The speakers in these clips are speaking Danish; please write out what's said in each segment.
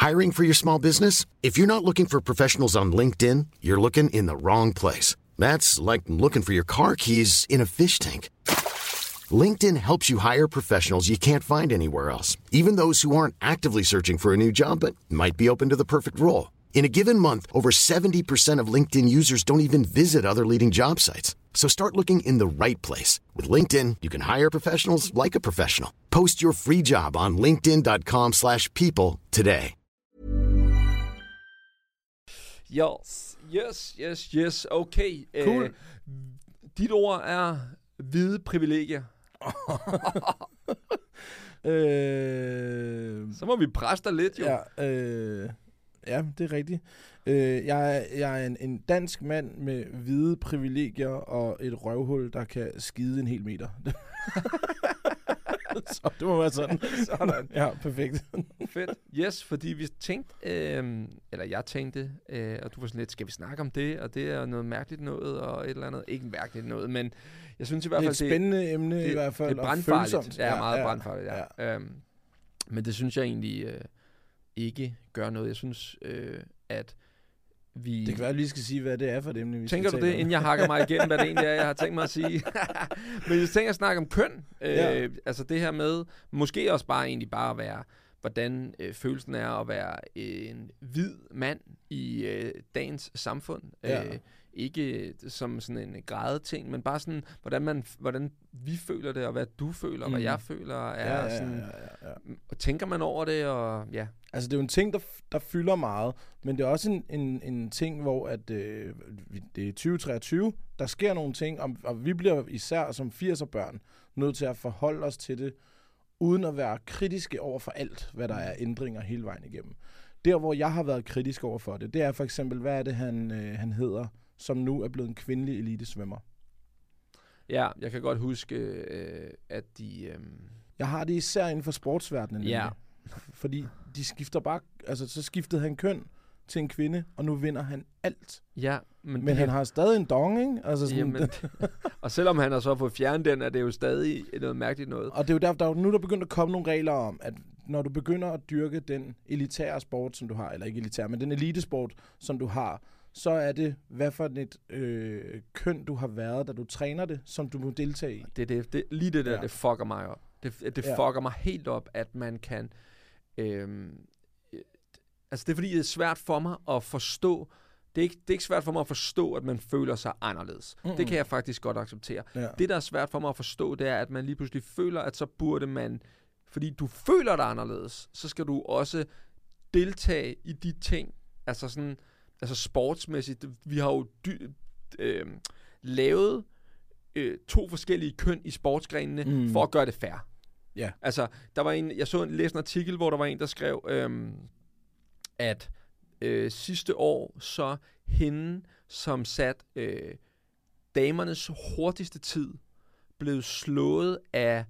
Hiring for your small business? If you're not looking for professionals on LinkedIn, you're looking in the wrong place. That's like looking for your car keys in a fish tank. LinkedIn helps you hire professionals you can't find anywhere else, even those who aren't actively searching for a new job but might be open to the perfect role. In a given month, over 70% of LinkedIn users don't even visit other leading job sites. So start looking in the right place. With LinkedIn, you can hire professionals like a professional. Post your free job on linkedin.com/people today. Yes. Okay. Cool. Dit ord er hvide privilegier. Så må vi presse dig lidt, jo. Ja, det er rigtigt. Jeg er en dansk mand med hvide privilegier og et røvhul, der kan skide en hel meter. Så det må være sådan. Sådan. Ja, perfekt. Fedt. Yes, fordi vi tænkte, eller jeg tænkte, og du var sådan lidt, skal vi snakke om det? Og det er noget mærkeligt noget, og et eller andet. Ikke mærkeligt noget, men jeg synes i hvert fald, det er et spændende emne i hvert fald. Det er brandfarligt. Ja, meget brandfarligt, ja. Men det synes jeg egentlig ikke gør noget. Jeg synes, at vi... Det kan være, at vi lige skal sige, hvad det er for et emne, vi tænker du det, inden jeg hakker mig igennem, hvad det egentlig er, jeg har tænkt mig at sige? Men jeg tænker at snakke om køn. Altså det her med, måske også bare at være, hvordan følelsen er at være en hvid mand i dagens samfund. Ikke som sådan en grædeting, men bare sådan, hvordan vi føler det, og hvad du føler, og hvad jeg føler, er sådan... Og tænker man over det, og ja... Altså, det er jo en ting, der fylder meget, men det er også en ting, hvor at, det er 2023, der sker nogle ting, og vi bliver især som 80'er børn nødt til at forholde os til det, uden at være kritiske over for alt, hvad der er ændringer hele vejen igennem. Der, hvor jeg har været kritisk over for det, det er for eksempel, hvad er det, han hedder, som nu er blevet en kvindelig elitesvømmer. Ja, jeg kan godt huske, at de... Jeg har det især inden for sportsverdenen. Ja. Fordi de skifter bare... Altså, så skiftede han køn til en kvinde, og nu vinder han alt. Ja, men han har stadig en dong, ikke? Altså sådan, jamen, og selvom han har så fået fjernet den, er det jo stadig noget mærkeligt noget. Og det er jo derfor, nu er der begyndt at komme nogle regler om, at når du begynder at dyrke den elitære sport, som du har, eller ikke elitær, men den elitesport, som du har, så er det, hvad for et køn du har været, da du træner det, som du må deltage i. Lige det der, det fucker mig op. Det fucker mig helt op, at man kan... altså det er fordi, det er svært for mig at forstå... Det er ikke svært for mig at forstå, at man føler sig anderledes. Mm-hmm. Det kan jeg faktisk godt acceptere. Ja. Det, der er svært for mig at forstå, det er, at man lige pludselig føler, at så burde man... Fordi du føler dig anderledes, så skal du også deltage i de ting. Altså sådan... Altså sportsmæssigt. Vi har jo lavet 2 forskellige køn i sportsgrenene for at gøre det fair. Ja. Altså, der var læste en artikel, hvor der var en, der skrev, at sidste år, så hende, som sat damernes hurtigste tid, blev slået af,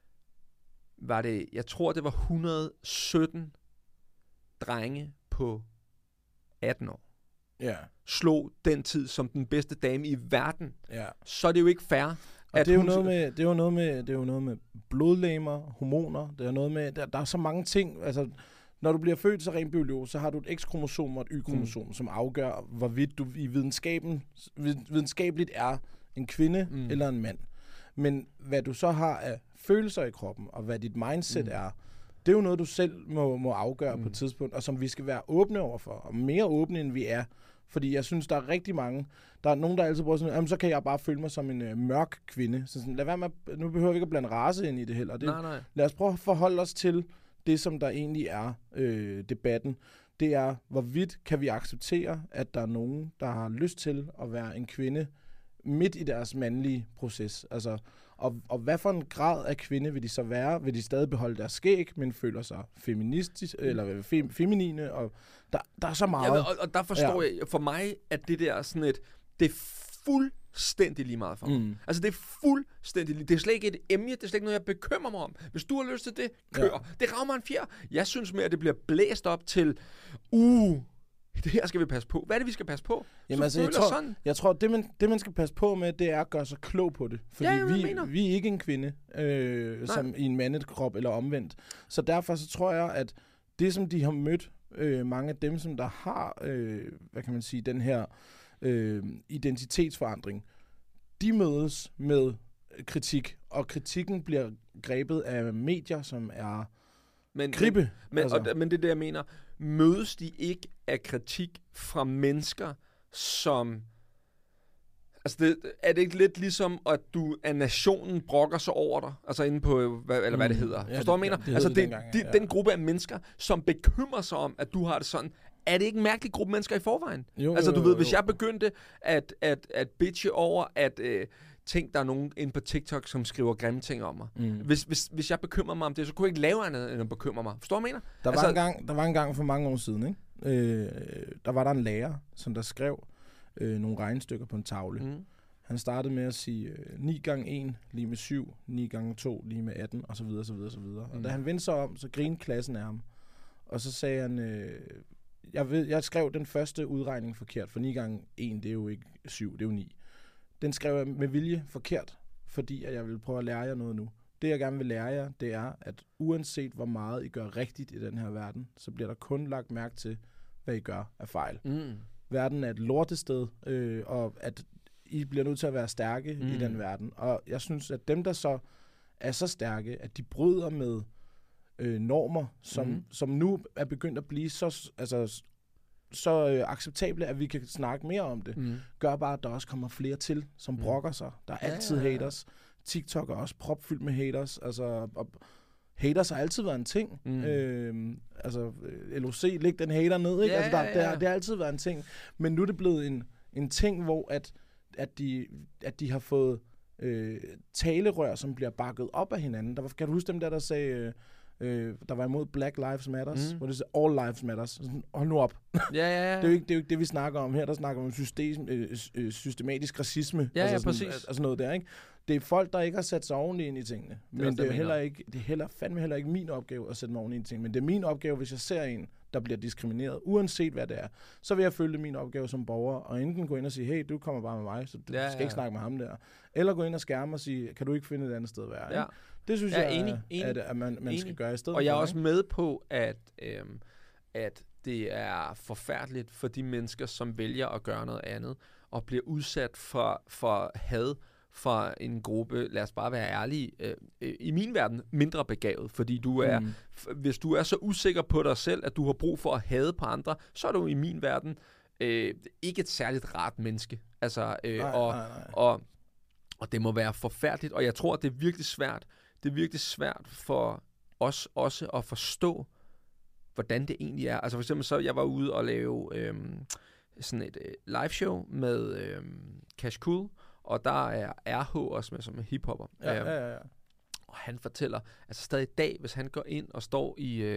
jeg tror, det var 117 drenge på 18 år. Ja. Slog den tid som den bedste dame i verden. Ja. Så er det jo ikke fair. Og det er jo noget med blodlegemer, hormoner, det er noget med der er så mange ting, altså når du bliver født så rent biologisk, så har du et X-kromosom og et Y-kromosom, som afgør hvorvidt du i videnskabeligt er en kvinde eller en mand. Men hvad du så har af følelser i kroppen og hvad dit mindset er, det er jo noget, du selv må afgøre på et tidspunkt, og som vi skal være åbne overfor, og mere åbne, end vi er. Fordi jeg synes, der er rigtig mange. Der er nogen, der altid bruger sådan, så kan jeg bare føle mig som en mørk kvinde. Så sådan, lad være med, nu behøver vi ikke at blande race ind i det heller. Nej. Lad os prøve at forholde os til det, som der egentlig er debatten. Det er, hvorvidt kan vi acceptere, at der er nogen, der har lyst til at være en kvinde midt i deres mandlige proces. Altså, og hvad for en grad af kvinde vil de så være? Vil de stadig beholde deres skæg, men føler sig feministisk, eller feminine? Og der er så meget. Ja, og der forstår jeg, for mig, at det der sådan det er fuldstændig lige meget for mig. Altså det er fuldstændig, det er slet ikke et emne, det er slet ikke noget, jeg bekymrer mig om. Hvis du har lyst til det, kør. Ja. Det rager mig en fjer. Jeg synes mere, at det bliver blæst op til, det her skal vi passe på. Hvad er det, vi skal passe på? Jamen, jeg tror, det man skal passe på med, det er at gøre sig klog på det. Fordi vi er ikke en kvinde, som i en mandet krop eller omvendt. Så derfor så tror jeg, at det, som de har mødt mange af dem, som der har, hvad kan man sige, den her identitetsforandring, de mødes med kritik, og kritikken bliver grebet af medier, som er gribe. Men det er det, jeg mener. Mødes de ikke af kritik fra mennesker, som... Altså, er det ikke lidt ligesom, at nationen brokker sig over dig? Altså inde på, hvad det hedder. Ja, forstår du, hvad jeg mener? Altså, den gruppe af mennesker, som bekymrer sig om, at du har det sådan. Er det ikke en mærkelig gruppe mennesker i forvejen? Hvis jeg begyndte at bitche over, at tænk, der er nogen inde på TikTok, som skriver grimme ting om mig. Hvis jeg bekymrer mig om det, så kunne jeg ikke lave andet, end at bekymre mig. Forstår du, hvad jeg mener? Der var en gang for mange år siden, ikke? Der var der en lærer, som der skrev nogle regnestykker på en tavle. Han startede med at sige 9 gange 1 lige med 7, 9 gange 2 lige med 18, og så videre, så videre, så videre. Og da han vendte sig om, så grinede klassen af ham. Og så sagde han, jeg skrev den første udregning forkert, for 9 gange 1, det er jo ikke 7, det er jo 9. Den skrev jeg med vilje forkert, fordi at jeg vil prøve at lære jer noget nu. Det, jeg gerne vil lære jer, det er, at uanset hvor meget I gør rigtigt i den her verden, så bliver der kun lagt mærke til, hvad I gør af fejl. Verden er et lortested, og at I bliver nødt til at være stærke i den verden. Og jeg synes, at dem, der så er så stærke, at de bryder med normer, som nu er begyndt at blive så acceptable, at vi kan snakke mere om det, gør bare, at der også kommer flere til, som brokker sig. Der er altid haters. TikTok er også propfyldt med haters. Altså, haters har altid været en ting. LOC, læg den hater ned, ikke? Det har altid været en ting. Men nu er det blevet en ting, hvor at de har fået talerør, som bliver bakket op af hinanden. Kan du huske dem der sagde... der var imod Black Lives Matters, hvor det sagde All Lives Matters. Sådan, hold nu op. Det er jo ikke det, vi snakker om her. Der snakker vi om systematisk racisme. Præcis. Altså noget der, ikke? Det er folk, der ikke har sat sig ordentligt ind i tingene. Men det er fandme heller ikke min opgave at sætte mig ordentligt ind i tingene. Men det er min opgave, hvis jeg ser en, der bliver diskrimineret, uanset hvad det er, så vil jeg følge min opgave som borger, og enten gå ind og sige, hey, du kommer bare med mig, så du skal ikke snakke med ham der. Eller gå ind og skærme og sige, kan du ikke finde et andet sted at være? Ja. Det synes jeg er at man skal gøre i stedet. Og jeg er også med på, at det er forfærdeligt for de mennesker, som vælger at gøre noget andet, og bliver udsat for had fra en gruppe, lad os bare være ærlige, i min verden mindre begavet, fordi du er, hvis du er så usikker på dig selv, at du har brug for at hade på andre, så er du i min verden ikke et særligt rart menneske. Altså, og det må være forfærdeligt, og jeg tror, at det er virkelig svært. Det er virkelig svært for os også at forstå, hvordan det egentlig er. Altså for eksempel så, jeg var ude og lave sådan et live show med Cash Cool, og der er RH også med som hiphopper. Ja. Og han fortæller, altså stadig i dag, hvis han går ind og står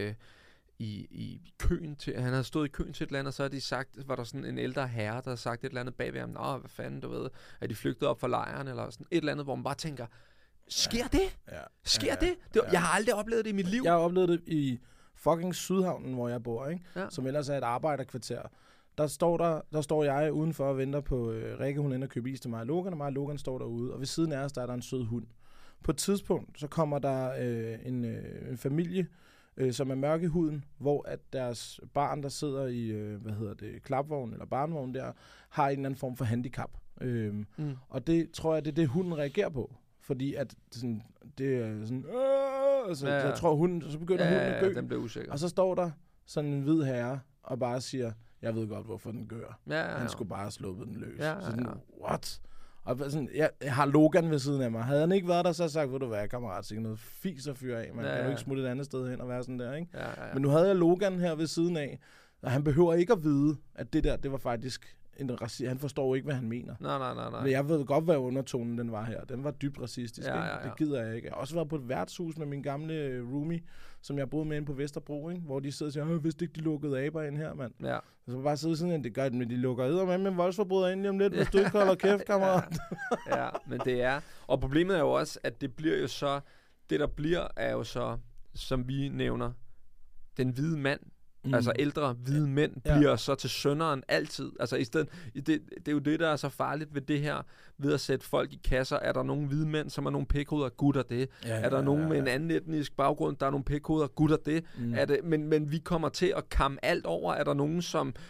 i køen til, han havde stået i køen til et eller andet, så har de sagt, var der sådan en ældre herre, der havde sagt et eller andet bagved ham, hvad fanden, du ved, er de flygtet op fra lejren, eller sådan et eller andet, hvor man bare tænker, sker det? Sker det? Jeg har aldrig oplevet det i mit liv. Jeg har oplevet det i fucking Sydhavnen, hvor jeg bor, ikke? Ja. Som ellers er et arbejderkvarter. Der står jeg udenfor og venter på Rikke, hun ender og købe is til mig og Logan, og mig og Logan står derude, og ved siden af os, der er der en sød hund. På et tidspunkt, så kommer der en familie, som er mørk i huden, hvor at deres barn, der sidder i, klapvogn eller barnvogn der, har en eller anden form for handicap. Og det tror jeg, det er det, hunden reagerer på. Fordi at sådan, det er sådan, jeg tror hunden, så begynder hunden at gø. Den bliver usikker. Og så står der sådan en hvid herre og bare siger, jeg ved godt, hvorfor den gør. Han skulle bare have sluppet den løs. Så sådan, what? Og sådan, jeg har Logan ved siden af mig. Havde han ikke været der, så havde jeg sagt, ved du hvad, kammerat, så ikke noget fis at fyre af. Man kan jo ikke smutte et andet sted hen og være sådan der, ikke? Men nu havde jeg Logan her ved siden af, og han behøver ikke at vide, at det der, det var faktisk en racist. Han forstår ikke, hvad han mener. Nej. Men jeg ved godt, hvad undertonen den var her. Den var dybt racistisk. Ja. Det gider jeg ikke. Jeg har også været på et værtshus med min gamle roomie, som jeg boede med inde på Vesterbro, ikke? Hvor de sidder og siger, jeg vidste ikke, de lukkede aber ind her, mand. Ja. Så bare sidde sådan, at det gør, men de lukker eddermame med voldsforbryder ind lige om lidt, hvis du ikke holder kæft, kammerat. Ja, men det er. Og problemet er jo også, at det bliver jo så, det der bliver, er jo så, som vi nævner, den hvide mand Altså ældre, hvide mænd bliver så til synderen altid. Altså i stedet, det er jo det, der er så farligt ved det her, ved at sætte folk i kasser. Er der nogle hvide mænd, som er nogle pikhoveder? Gutter det. Er der nogen med en anden etnisk baggrund, der er nogle pikhoveder? Gutter det. Er det men vi kommer til at kamme alt over. Er der nogen,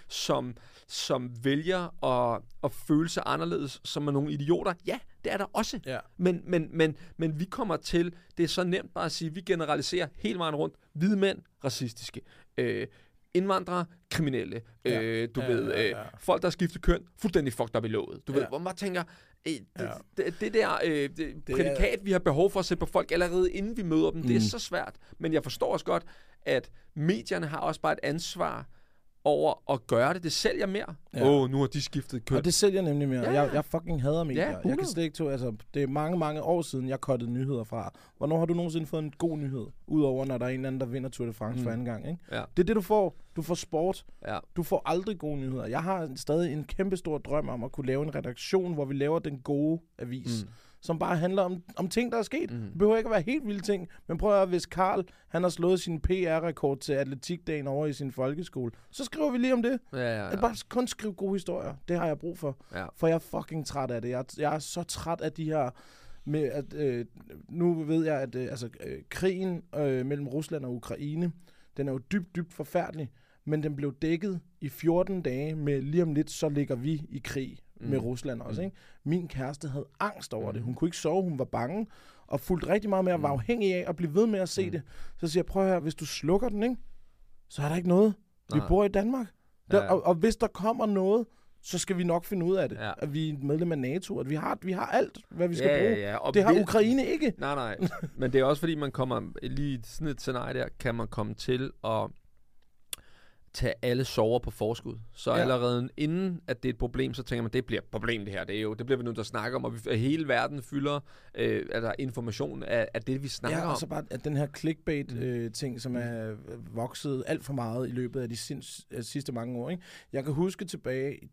som vælger at føle sig anderledes, som er nogle idioter? Ja, det er der også. Ja. Men vi kommer til, det er så nemt bare at sige, vi generaliserer hele vejen rundt. Hvide mænd, racistiske. Indvandrere, kriminelle. Folk, der har skiftet køn, fuldstændig fucked up i låget. Du ved, hvor man tænker, det der prædikat, vi har behov for at sætte på folk allerede inden vi møder dem, det er så svært. Men jeg forstår også godt, at medierne har også bare et ansvar over at gøre det. Det sælger mere. Nu har de skiftet køn. Og det sælger nemlig mere. Ja. Jeg fucking hader medier. Ja, jeg kan slet ikke det er mange år siden, jeg cuttede nyheder fra. Hvornår har du nogensinde fået en god nyhed? Udover når der er en eller anden, der vinder Tour de France for anden gang. Ikke? Ja. Det er det, du får. Du får sport. Ja. Du får aldrig gode nyheder. Jeg har stadig en kæmpe stor drøm om at kunne lave en redaktion, hvor vi laver den gode avis. Som bare handler om ting, der er sket. Det behøver ikke at være helt vilde ting. Men prøv at høre, hvis Karl, han har slået sin PR-rekord til atletikdagen over i sin folkeskole, så skriver vi lige om det. Ja. Bare kun skrive gode historier. Det har jeg brug for. Ja. For jeg er fucking træt af det. Jeg er så træt af de her med at nu ved jeg, at krigen mellem Rusland og Ukraine, den er jo dybt forfærdelig, men den blev dækket i 14 dage med lige om lidt, så ligger vi i krig med Rusland også. Ikke? Min kæreste havde angst over det. Hun kunne ikke sove, hun var bange, og fulgte rigtig meget med at være afhængig af at blive ved med at se det. Så siger jeg, prøv at høre, hvis du slukker den, ikke, så er der ikke noget. Vi bor i Danmark. Og hvis der kommer noget, så skal vi nok finde ud af det. Ja. At vi er medlem af NATO, at vi har alt, hvad vi skal bruge. Ja. Det har Ukraine ikke. Nej. Men det er også fordi, man kommer, lige sådan et scenarie der, kan man komme til at tage alle sover på forskud. Så allerede inden, at det er et problem, så tænker man, det bliver et problem det her. Det bliver vi nødt til at snakke om, og hele verden fylder information af det, vi snakker om. Ja, og så bare at den her clickbait-ting, som er vokset alt for meget i løbet af de sidste mange år. Ikke? Jeg kan huske tilbage i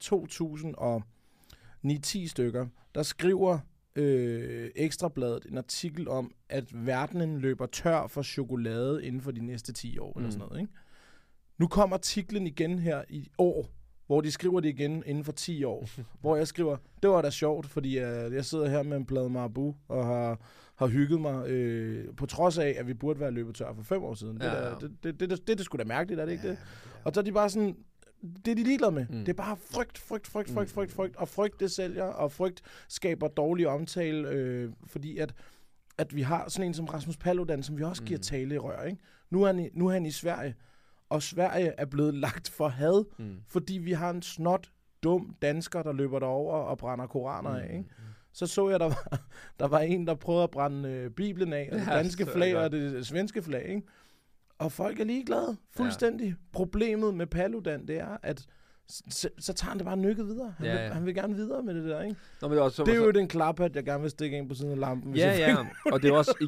2009-10 stykker, der skriver Ekstrabladet en artikel om, at verdenen løber tør for chokolade inden for de næste 10 år, eller sådan noget, ikke? Nu kommer artiklen igen her i år, hvor de skriver det igen inden for 10 år. Hvor jeg skriver, det var da sjovt, fordi jeg sidder her med en plade Marabou og har hygget mig, på trods af, at vi burde være løbet tør for 5 år siden. Det er sgu da mærkeligt, er det ikke det? Og så er de bare sådan, det er de ligeglade med. Det er bare frygt, og frygt det sælger, og frygt skaber dårlig omtale, fordi at vi har sådan en som Rasmus Paludan, som vi også giver tale i rør, ikke? Nu er han i Sverige, og Sverige er blevet lagt for had, fordi vi har en snot, dum dansker, der løber derover og brænder koraner af, ikke? Så jeg, der var en, der prøvede at brænde Bibelen af, og det danske flag og det svenske flag, ikke? Og folk er ligeglade, fuldstændig. Problemet med Paludan, det er, at så tager han det bare nykket videre. Han vil gerne videre med det der, ikke? Nå, men det er jo den klaphat, jeg gerne vil stikke ind på siden af lampen. Og det er også,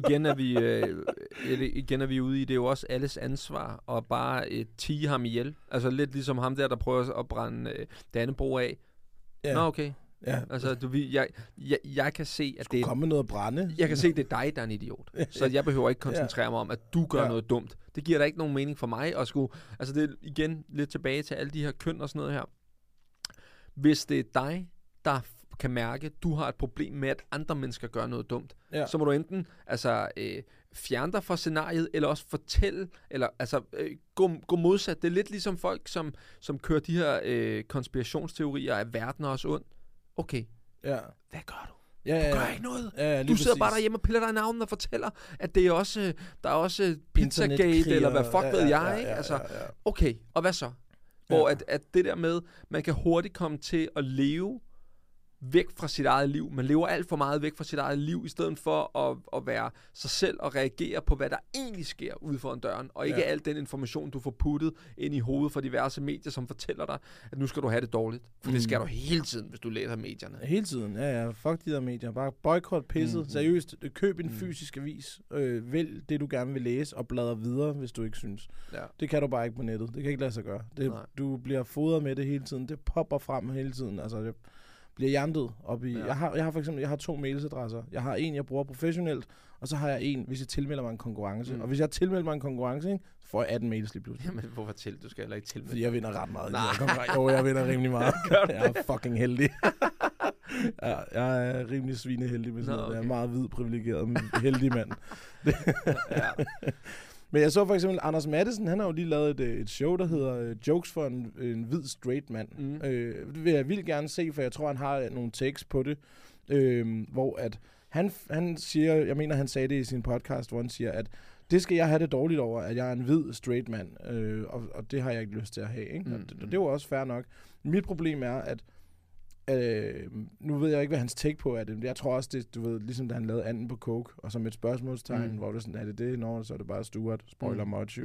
igen er vi ude i, det er jo også alles ansvar at bare tige ham ihjel. Altså lidt ligesom ham der prøver at brænde Dannebrog af. Ja. Nå, okay. Ja. Altså, jeg kan se, at det er... komme noget at brænde. Jeg kan se, at det er dig, der er en idiot. Så jeg behøver ikke koncentrere mig om, at du gør noget dumt. Det giver da ikke nogen mening for mig at skulle... Altså, det er igen lidt tilbage til alle de her køn og sådan noget her. Hvis det er dig, der kan mærke, at du har et problem med, at andre mennesker gør noget dumt, så må du enten fjerne dig fra scenariet, eller også fortælle, eller gå modsat. Det er lidt ligesom folk, som kører de her konspirationsteorier af verden er også ond. Okay, hvad gør du? Du gør ikke noget. Du sidder bare derhjemme og piller dig i navnet og fortæller, at det er også, der er også Pizzagate, eller hvad fuck ved jeg, ikke? Altså, okay, og hvad så? Hvor at det der med, man kan hurtigt komme til at leve væk fra sit eget liv. Man lever alt for meget væk fra sit eget liv, i stedet for at være sig selv og reagere på, hvad der egentlig sker ude foran døren, og ikke al den information, du får puttet ind i hovedet fra diverse medier, som fortæller dig, at nu skal du have det dårligt. For det skal du hele tiden, hvis du læser medierne. Hele tiden, ja. Fuck de der medier. Bare boykot pisset. Seriøst, køb en fysisk avis. Vælg det, du gerne vil læse, og bladre videre, hvis du ikke synes. Ja. Det kan du bare ikke på nettet. Det kan ikke lade sig gøre. Du bliver fodret med det hele tiden. Det popper frem hele tiden. Altså, bliver hjernedød op i... Ja. Jeg har for eksempel 2 mailadresser. Jeg har en, jeg bruger professionelt, og så har jeg en, hvis jeg tilmelder mig en konkurrence. Og hvis jeg tilmelder mig en konkurrence, ikke, så får jeg 18 mails lige pludselig. Jamen, hvorfor du skal heller ikke tilmelde? Fordi jeg vinder ret meget. Jo, jeg vinder rimelig meget. Jeg er fucking heldig. Jeg er rimelig svineheldig med sådan noget. Jeg er meget hvid, privilegeret, men heldig mand. Ja. Men jeg så for eksempel Anders Matthesen, han har jo lige lavet et show, der hedder Jokes for en hvid straight mand. Det vil jeg vildt gerne se, for jeg tror, han har nogle takes på det, hvor at han siger, jeg mener, han sagde det i sin podcast, hvor han siger, at det skal jeg have det dårligt over, at jeg er en hvid straight mand, og det har jeg ikke lyst til at have. Ikke? Og det var også fair nok. Mit problem er, at nu ved jeg ikke, hvad hans take på er det. Jeg tror også, det du ved, ligesom da han lavede Anden på Coke, og som et spørgsmålstegn, hvor det sådan, er det? Nå, så er det bare Stuart. Spoiler much.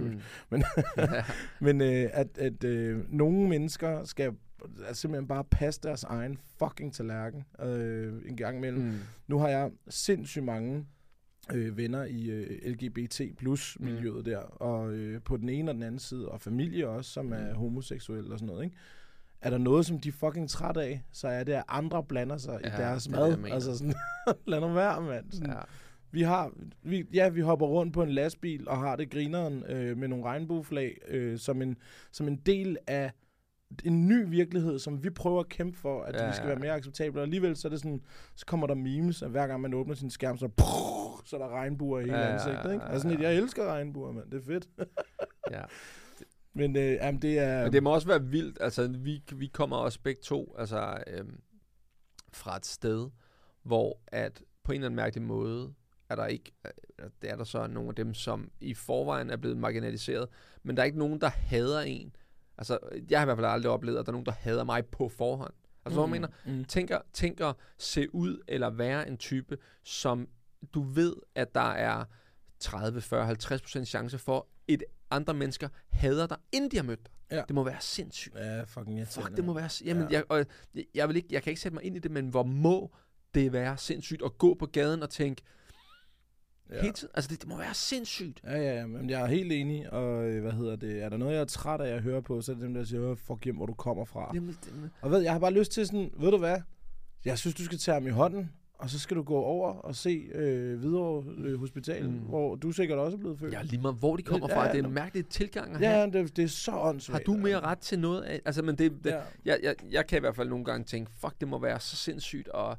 Men at nogle mennesker skal simpelthen bare passe deres egen fucking tallerken en gang imellem. Nu har jeg sindssygt mange venner i LGBT plus miljøet der, og på den ene og den anden side, og familie også, som er homoseksuelle og sådan noget, ikke? Er der noget, som de fucking træt af, så er det, at andre blander sig i deres mad. Altså sådan, lad nu være, mand. Sådan, vi hopper rundt på en lastbil og har det grineren med nogle regnbueflag som en del af en ny virkelighed, som vi prøver at kæmpe for, at vi skal være mere acceptable. Og alligevel så er det sådan, så kommer der memes, at hver gang man åbner sin skærm, så er der regnbuer i hele ansigtet. Ikke? Altså, jeg elsker regnbuer, mand. Det er fedt. Ja. Men det er... Men det må også være vildt. Altså, vi kommer også begge to fra et sted, hvor at på en eller anden mærkelig måde er der ikke... Det er der så nogle af dem, som i forvejen er blevet marginaliseret, men der er ikke nogen, der hader en. Altså, jeg har i hvert fald aldrig oplevet, at der er nogen, der hader mig på forhånd. Altså, hvad jeg mener? Tænker se ud eller være en type, som du ved, at der er 30, 40, 50% chance for, andre mennesker hader dig, inden de har mødt dig. Ja. Det må være sindssygt. Ja, fucking Fuck, det må være... Jamen, jeg kan ikke sætte mig ind i det, men hvor må det være sindssygt at gå på gaden og tænke... Hele tiden. Altså, det må være sindssygt. Ja, men jeg er helt enig, og er der noget, jeg er træt af at høre på, så er det dem, der siger, fuck hjem, hvor du kommer fra. Og jeg har bare lyst til sådan, ved du hvad? Jeg synes, du skal tage ham i hånden, og så skal du gå over og se Hvidovre Hospital, hvor du sikkert også er blevet født. Ja, lige meget hvor de kommer fra. Det er en mærkelig tilgang her. Ja, det er så åndssvagt. Har du mere ret til noget af... Altså, men jeg kan i hvert fald nogle gange tænke, fuck, det må være så sindssygt, og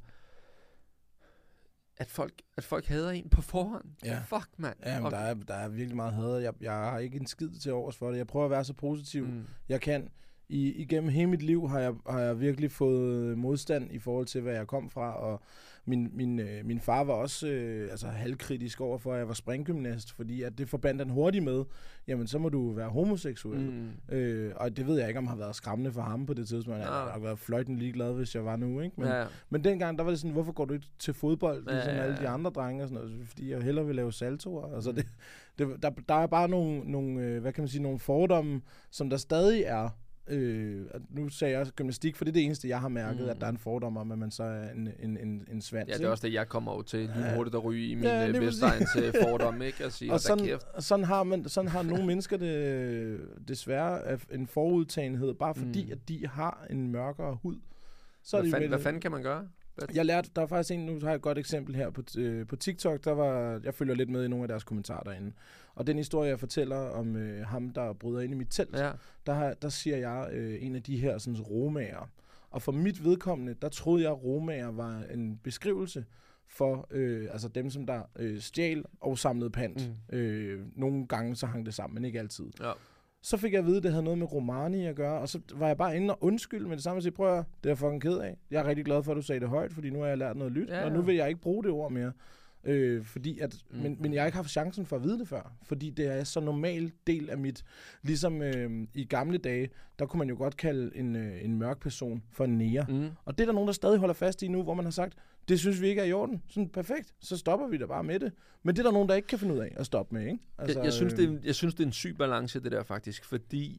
at folk hader en på forhånd. Ja. Fuck, mand. Ja, men der er virkelig meget had. Jeg har ikke en skid til overs for det. Jeg prøver at være så positiv, jeg kan. Igennem hele mit liv har jeg virkelig fået modstand i forhold til, hvad jeg kom fra, og min far var også halvkritisk over for, at jeg var springgymnast, fordi at det forbandt han hurtigt med, jamen så må du være homoseksuel. Og det ved jeg ikke, om har været skræmmende for ham på det tidspunkt. Jeg har været fløjtende ligeglad, hvis jeg var nu, ikke? Men dengang, der var det sådan, hvorfor går du ikke til fodbold, ligesom alle de andre drenge og sådan noget, fordi jeg hellere vil lave saltoer. Altså der er bare nogle hvad kan man sige, nogle fordomme, som der stadig er. Nu sagde jeg gymnastik, for det er det eneste, jeg har mærket, at der er en fordom om, at man så er en svans. Ja, det er også det, jeg kommer over til lige hurtigt at ryge i min Vestegns fordom, ikke? At sige, og sådan har nogle mennesker det desværre en forudtagenhed, bare fordi, at de har en mørkere hud. Så hvad fanden kan man gøre? Jeg lærte, der er faktisk nu har jeg et godt eksempel her på TikTok, jeg følger lidt med i nogle af deres kommentarer derinde. Og den historie, jeg fortæller om ham, der bryder ind i mit telt, der siger jeg en af de her sådan, romager. Og for mit vedkommende, der troede jeg, at romager var en beskrivelse for dem, som der stjal og samlede pant. Nogle gange så hang det sammen, men ikke altid. Ja. Så fik jeg at vide, at det havde noget med romani at gøre, og så var jeg bare inde og undskylde med det samme og sige, prøv at det er jeg fucking ked af. Jeg er rigtig glad for, at du sagde det højt, fordi nu har jeg lært noget nyt, og nu vil jeg ikke bruge det ord mere. Fordi at, men jeg har ikke haft chancen for at vide det før, fordi det er så normal del af mit, ligesom i gamle dage, der kunne man jo godt kalde en mørk person for en nære. Og det er der nogen, der stadig holder fast i nu, hvor man har sagt, det synes vi ikke er i orden. Sådan perfekt, så stopper vi da bare med det. Men det er der nogen, der ikke kan finde ud af at stoppe med, ikke? Altså, jeg synes, det er en syg balance, det der faktisk, fordi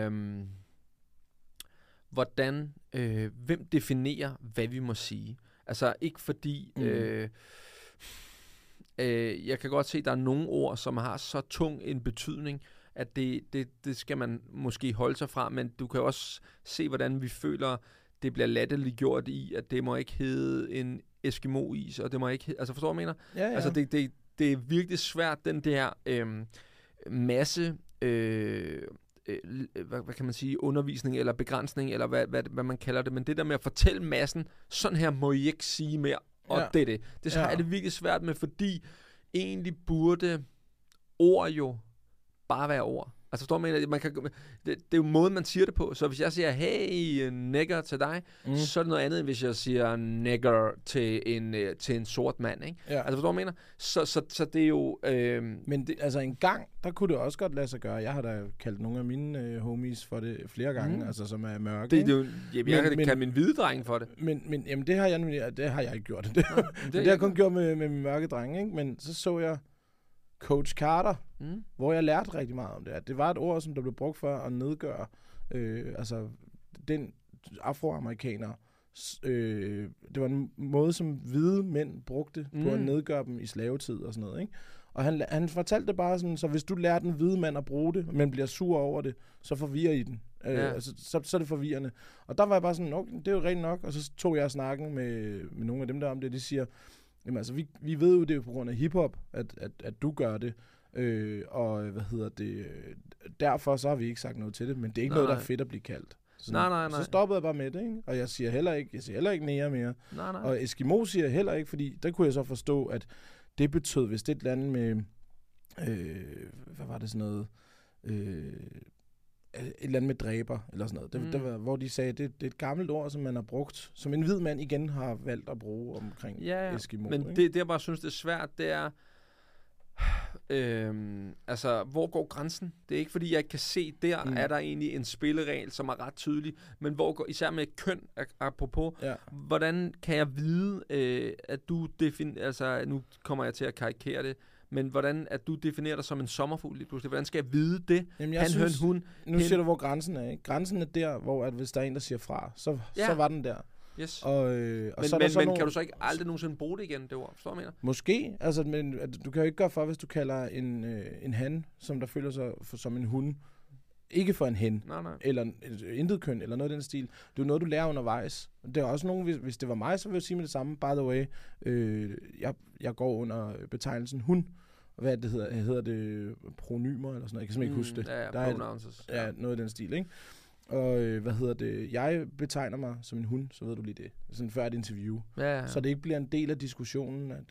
hvem definerer, hvad vi må sige? Altså ikke fordi... jeg kan godt se, at der er nogle ord, som har så tung en betydning, at det skal man måske holde sig fra, men du kan også se, hvordan vi føler, det bliver latterligt gjort i, at det må ikke hedde en Eskimo-is, og det må ikke hedde, altså forstår du, hvad jeg mener? Ja. Altså det er virkelig svært, den der masse, hvad kan man sige, undervisning eller begrænsning, eller hvad man kalder det, men det der med at fortælle massen, sådan her må I ikke sige mere, og det. Det så er det virkelig svært med, fordi egentlig burde ord jo bare være ord. Altså forstår man kan, det er jo måden, man siger det på. Så hvis jeg siger, hey, nigger til dig, så er det noget andet, end hvis jeg siger nigger til en sort mand, ikke? Ja. Altså forstår man? Så det er jo... Men det, altså en gang, der kunne det også godt lade sig gøre. Jeg har da kaldt nogle af mine homies for det flere gange, altså som er mørke. Jeg kan kalde min hvide dreng for det. Men jamen, det har jeg ikke gjort. Det har jeg kun gjort med min mørke dreng, ikke? Men så jeg Coach Carter, hvor jeg lærte rigtig meget om det. Det var et ord, som der blev brugt for at nedgøre altså den afroamerikaner. Det var en måde, som hvide mænd brugte på at nedgøre dem i slavetid og sådan noget, ikke? Og han fortalte det bare sådan, så hvis du lærer den hvide mand at bruge det, men bliver sur over det, så forvirrer I den. Altså, så er det forvirrende. Og der var jeg bare sådan, okay, det er jo rent nok. Og så tog jeg snakken med nogle af dem der om det, de siger, jamen altså, vi ved jo, det er på grund af hiphop, at du gør det. Og derfor så har vi ikke sagt noget til det, men det er ikke noget, der er fedt at blive kaldt. Nej. Så stoppede jeg bare med det, ikke? Og jeg siger heller ikke nære mere. Nej. Og Eskimo siger heller ikke, fordi der kunne jeg så forstå, at det betød, hvis det er et land med, hvad var det sådan noget, et eller andet med dræber, eller sådan noget. Det var, hvor de sagde, det er et gammelt ord, som man har brugt, som en hvid mand igen har valgt at bruge omkring Eskimo. Men det jeg bare synes, det er svært, det er, altså, hvor går grænsen? Det er ikke, fordi jeg ikke kan se, der er der egentlig en spilleregel, som er ret tydelig, men hvor går, især med køn, apropos, hvordan kan jeg vide, at du altså, nu kommer jeg til at karikere det, men hvordan at du definerer dig som en sommerfugl lige pludselig? Hvordan skal jeg vide det? Jamen, nu siger du, hvor grænsen er, ikke? Grænsen er der, hvor at hvis der er en, der siger fra, så var den der. Yes. Men kan du så ikke aldrig nogensinde bruge det igen, det ord? Forstår du, hvad jeg mener? Måske. Altså, men du kan jo ikke gøre for, hvis du kalder en han, som der føler sig som en hund, ikke for en hen, eller intet køn, eller noget af den stil. Det er jo noget, du lærer undervejs. Det er også nogen, hvis det var mig, så ville jeg sige med det samme. By the way, jeg går under betegnelsen hund. Hvad det hedder det pronymer, eller sådan noget. Jeg kan simpelthen ikke huske det. Der er noget af den stil, ikke? Og jeg betegner mig som en hund, så ved du lige det. Sådan før et interview. Ja. Så det ikke bliver en del af diskussionen, at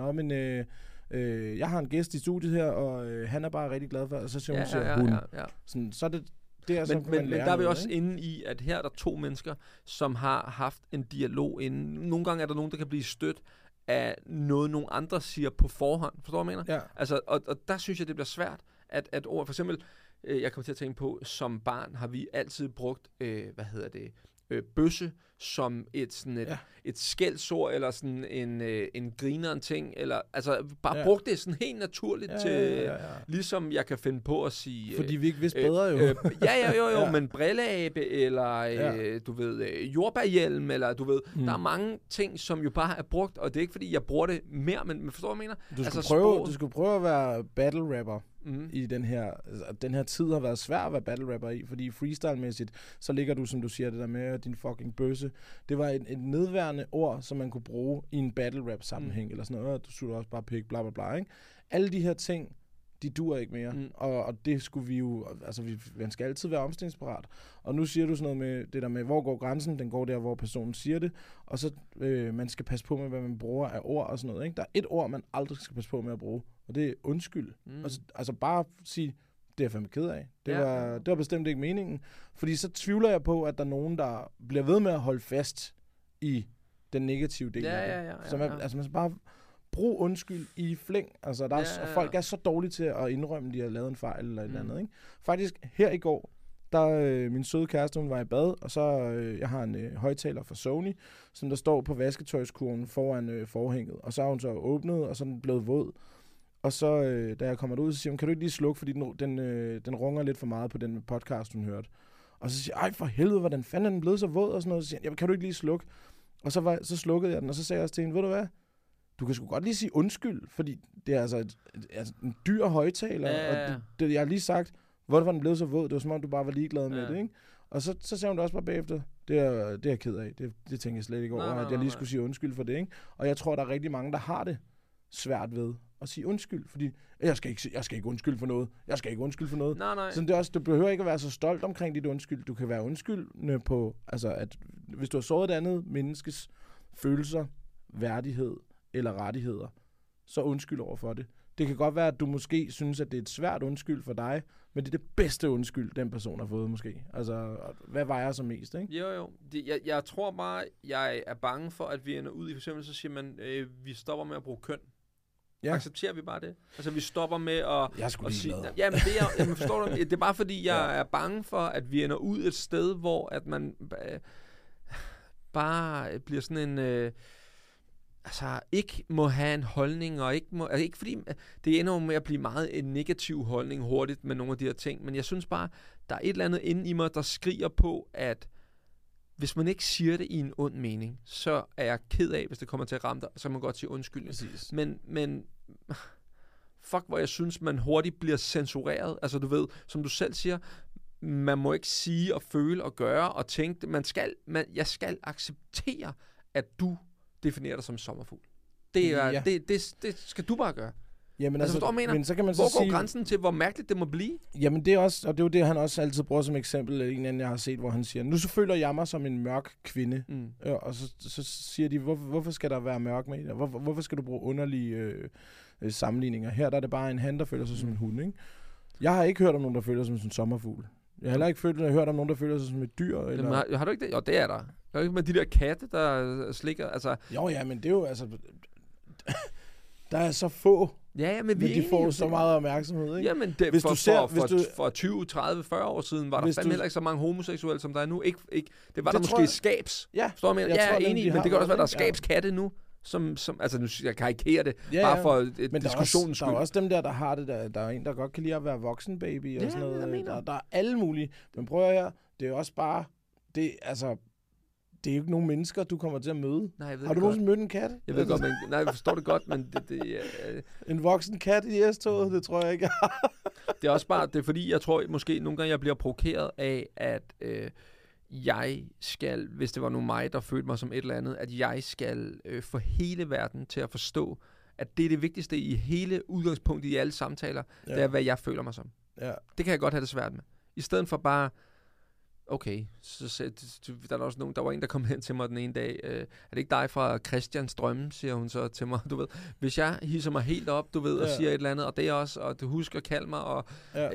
jeg har en gæst i studiet her, og han er bare rigtig glad for, og så siger hun siger hund. Ja. Sådan, så det er sådan, men der er vi også inde i, at her er der to mennesker, som har haft en dialog inden. Nogle gange er der nogen, der kan blive stødt af noget, nogle andre siger på forhånd. Forstår du, hvad jeg mener? Ja. Altså, og der synes jeg, det bliver svært, at ord, for eksempel, jeg kommer til at tænke på, som barn har vi altid brugt, bøsse som et skældsord, eller sådan en grineren ting, eller altså bare brugt det sådan helt naturligt til, ligesom jeg kan finde på at sige... Fordi vi ikke vidste bedre jo. Jo, men brilleabe, eller du ved, jordbærhjelm, eller du ved, der er mange ting, som jo bare er brugt, og det er ikke fordi, jeg bruger det mere, men forstår du, hvad jeg mener? Du skulle prøve at være battle rapper. I den her tid har været svært at være battle rapper i, fordi freestyle-mæssigt, så ligger du, som du siger, det der med din fucking bøsse. Det var et nedværende ord, som man kunne bruge i en battle rap sammenhæng, eller sådan noget, du sutter også bare pik, bla bla bla, ikke? Alle de her ting, de duer ikke mere, og det skulle vi jo, altså man skal altid være omstillingsparat. Og nu siger du sådan noget med det der med, hvor går grænsen? Den går der, hvor personen siger det, og så man skal passe på med, hvad man bruger af ord og sådan noget, ikke? Der er et ord, man aldrig skal passe på med at bruge, og det er undskyld. Altså bare sige, det er jeg fandme ked af. Det var bestemt ikke meningen. Fordi så tvivler jeg på, at der er nogen, der bliver ved med at holde fast i den negative del af det. Så man skal bare bruge undskyld i flæng. Altså, og folk er så dårlige til at indrømme, at de har lavet en fejl eller et eller andet. Ikke? Faktisk her i går, der min søde kæreste, hun var i bad, og så jeg har en højtaler fra Sony, som der står på vasketøjskurven foran forhænget. Og så har hun så åbnet, og så er den blevet våd. Og så, da jeg kommer derud, så siger hun, kan du ikke lige slukke, fordi den runger lidt for meget på den podcast, hun hørte. Og så siger jeg, ej for helvede, hvordan fanden er den blevet så våd og sådan noget. Så siger jeg, kan du ikke lige slukke? Og så slukkede jeg den, og så sagde jeg også til hende, ved du hvad? Du kan sgu godt lige sige undskyld, fordi det er altså en dyr højtaler, og jeg har lige sagt, hvorfor den blev så våd? Det var som om, du bare var ligeglad med det, ikke? Og så sagde hun det også bare bagefter, Det er jeg ked af. Det tænker jeg slet ikke over, at jeg lige skulle sige undskyld for det, ikke? Og jeg tror, der er rigtig mange, der har det svært ved at sige undskyld, fordi jeg skal ikke undskylde for noget. Jeg skal ikke undskylde for noget. Nej. Så det er også, du behøver ikke at være så stolt omkring dit undskyld. Du kan være undskyldende på, altså at hvis du har såret et andet menneskes følelser, værdighed eller rettigheder, så undskyld over for det. Det kan godt være, at du måske synes, at det er et svært undskyld for dig, men det er det bedste undskyld, den person har fået måske. Altså, hvad vejer så mest, ikke? Jo. Jeg tror bare, jeg er bange for, at vi ender ud i, for eksempel så siger man, vi stopper med at bruge køn. Ja. Accepterer vi bare det? Altså, vi stopper med at sige... Jamen, forstår du? Det er bare fordi, jeg er bange for, at vi ender ud et sted, hvor at man bare bliver sådan en... ikke må have en holdning, og ikke må... Altså, ikke fordi... Det ender jo med at blive meget en negativ holdning hurtigt med nogle af de her ting, men jeg synes bare, der er et eller andet inde i mig, der skriger på, at hvis man ikke siger det i en ond mening, så er jeg ked af, hvis det kommer til at ramme dig, så kan man godt sige undskyld. Men fuck, hvor jeg synes, man hurtigt bliver censureret. Altså, du ved, som du selv siger, man må ikke sige og føle og gøre og tænke. Jeg skal acceptere, at du definerer dig som sommerfugl. Det skal du bare gøre. Jamen, altså, men så kan man hvor går grænsen til, hvor mærkeligt det må blive? Jamen, det er også, og det er jo det, han også altid bruger som eksempel, en anden, jeg har set, hvor han siger, nu så føler jeg mig som en mørk kvinde. Og så siger de, hvorfor skal der være mørk med det? Hvorfor skal du bruge underlige sammenligninger? Her der er det bare en han, der føler sig som en hund, ikke? Jeg har ikke hørt om nogen, der føler sig som en sommerfugl. Jeg har heller ikke hørt om nogen, der føler sig som et dyr. Eller... Jamen, har du ikke det? Jo, det er der. Jeg har ikke med de der katte, der slikker, altså... Jo, ja, men det er jo, altså... der er så få... Ja, men de får så meget opmærksomhed, ikke? Jamen, det, for 20, 30, 40 år siden var der fandme heller ikke så mange homoseksuelle, som der er nu. Ikke, det var der måske skabs. Ja, forstår jeg er enig, men det kan også være, der er skabskatte nu. Som, altså nu jeg karikerer det, bare for diskussionens skyld. Der er også dem der har det, der er en, der godt kan lide at være voksenbaby og sådan noget. Der er alle mulige. Men prøv at høre, det er også bare, det er jo ikke nogen mennesker, du kommer til at møde. Nej, har du nogensinde mødt en kat? Jeg ved godt, men jeg forstår det godt, men en voksen kat i S-toget, det tror jeg ikke. Det er også bare, det er fordi, jeg tror måske nogle gange, jeg bliver provokeret af, at jeg skal, hvis det var nu mig, der følte mig som et eller andet, at jeg skal få hele verden til at forstå, at det er det vigtigste i hele udgangspunktet i alle samtaler, det er, hvad jeg føler mig som. Ja. Det kan jeg godt have det svært med. I stedet for bare, okay, så der er også nogen, der var en, der kom hen til mig den ene dag, er det ikke dig fra Christians Drømme, siger hun så til mig, du ved, hvis jeg hisser mig helt op, du ved, og siger et eller andet, og det er også, og du husker at kalde mig, og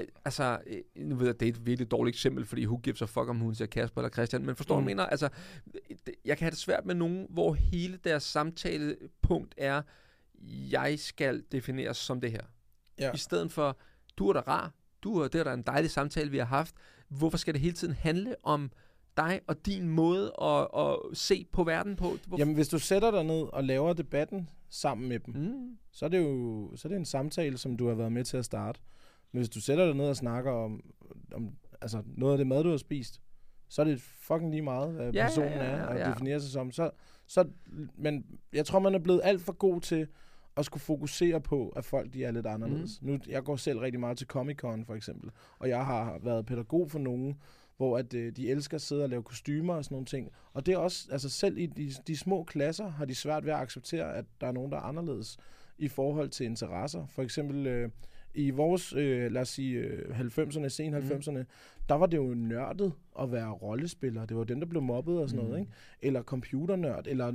nu ved jeg, det er et virkelig dårligt eksempel, fordi who gives a fuck, om hun siger Kasper eller Christian, men forstår du, mener, altså, jeg kan have det svært med nogen, hvor hele deres samtalepunkt er, jeg skal defineres som det her. Ja. I stedet for, du er da rar, det er da en dejlig samtale, vi har haft. Hvorfor skal det hele tiden handle om dig og din måde at se på verden på? Jamen, hvis du sætter dig ned og laver debatten sammen med dem, så er det jo en samtale, som du har været med til at starte. Men hvis du sætter dig ned og snakker om altså noget af det mad, du har spist, så er det fucking lige meget, hvad personen er og definerer sig som. Men jeg tror, man er blevet alt for god til at skulle fokusere på, at folk de er lidt anderledes. Jeg går selv rigtig meget til Comic-Con, for eksempel, og jeg har været pædagog for nogen, hvor at, de elsker at sidde og lave kostymer og sådan nogle ting. Og det er også, altså selv i de små klasser, har de svært ved at acceptere, at der er nogen, der er anderledes i forhold til interesser. For eksempel i vores, lad os sige, 90'erne, sen 90'erne, der var det jo nørdet at være rollespiller. Det var dem, der blev mobbet og sådan noget, ikke? Eller computernørd, eller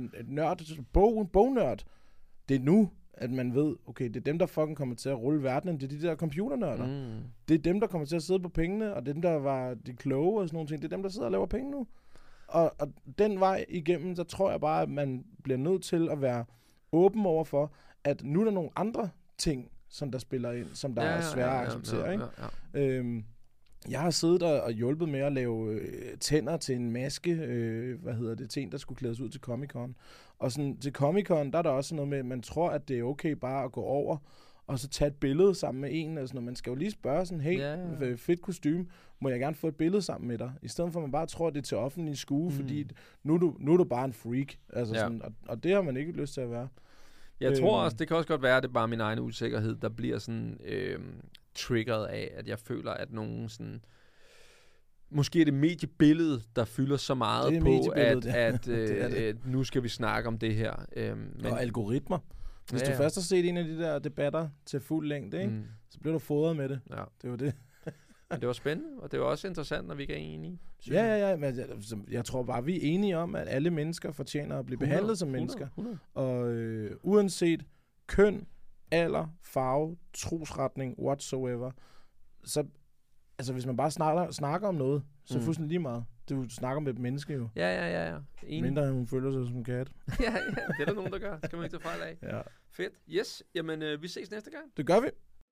bognørd. Det er nu, at man ved, okay, det er dem, der fucking kommer til at rulle verdenen, det er de der computernørder. Det er dem, der kommer til at sidde på pengene, og dem, der var de kloge og sådan nogle ting, det er dem, der sidder og laver penge nu. Og den vej igennem, så tror jeg bare, at man bliver nødt til at være åben over for, at nu er der nogle andre ting, som der spiller ind, som der er svære at acceptere, ikke? Jeg har siddet og hjulpet med at lave tænder til en maske, til en, der skulle klædes ud til Comic-Con. Og sådan, til Comic-Con, der er der også noget med, at man tror, at det er okay bare at gå over, og så tage et billede sammen med en. Altså, man skal jo lige spørge sådan, hey, fedt kostume, må jeg gerne få et billede sammen med dig? I stedet for, at man bare tror, at det er til offentlig skue, fordi nu er du bare en freak. Altså, sådan, og det har man ikke lyst til at være. Jeg tror også, det kan også godt være, at det er bare min egen usikkerhed, der bliver sådan triggeret af, at jeg føler, at nogen sådan måske er det mediebillede, der fylder så meget på, at nu skal vi snakke om det her. Men og algoritmer. Hvis du først har set en af de der debatter til fuld længde, ikke? Så bliver du fodret med det. Ja. Det var det. Men det var spændende, og det var også interessant, når vi ikke er enige. Ja. Men jeg tror bare, vi er enige om, at alle mennesker fortjener at blive behandlet som mennesker. 100. Og uanset køn, alder, farve, trosretning, whatsoever, så altså hvis man bare snakker om noget, så er det fuldstændig lige meget. Du snakker med et menneske jo. Ja. Mindre hun føler sig som en kat. ja, det er der nogen, der gør. Det skal man ikke tage fejl af. Ja. Fedt. Yes. Jamen, vi ses næste gang. Det gør vi.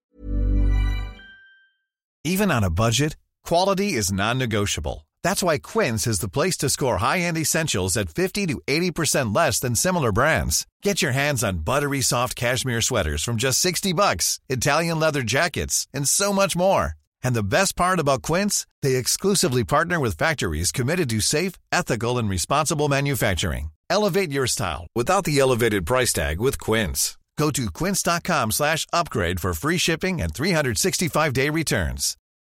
Even on a budget, quality is non-negotiable. That's why Quince is the place to score high-end essentials at 50 to 80% less than similar brands. Get your hands on buttery soft cashmere sweaters from just $60, Italian leather jackets, and so much more. And the best part about Quince, they exclusively partner with factories committed to safe, ethical, and responsible manufacturing. Elevate your style without the elevated price tag with Quince. Go to quince.com/upgrade for free shipping and 365-day returns.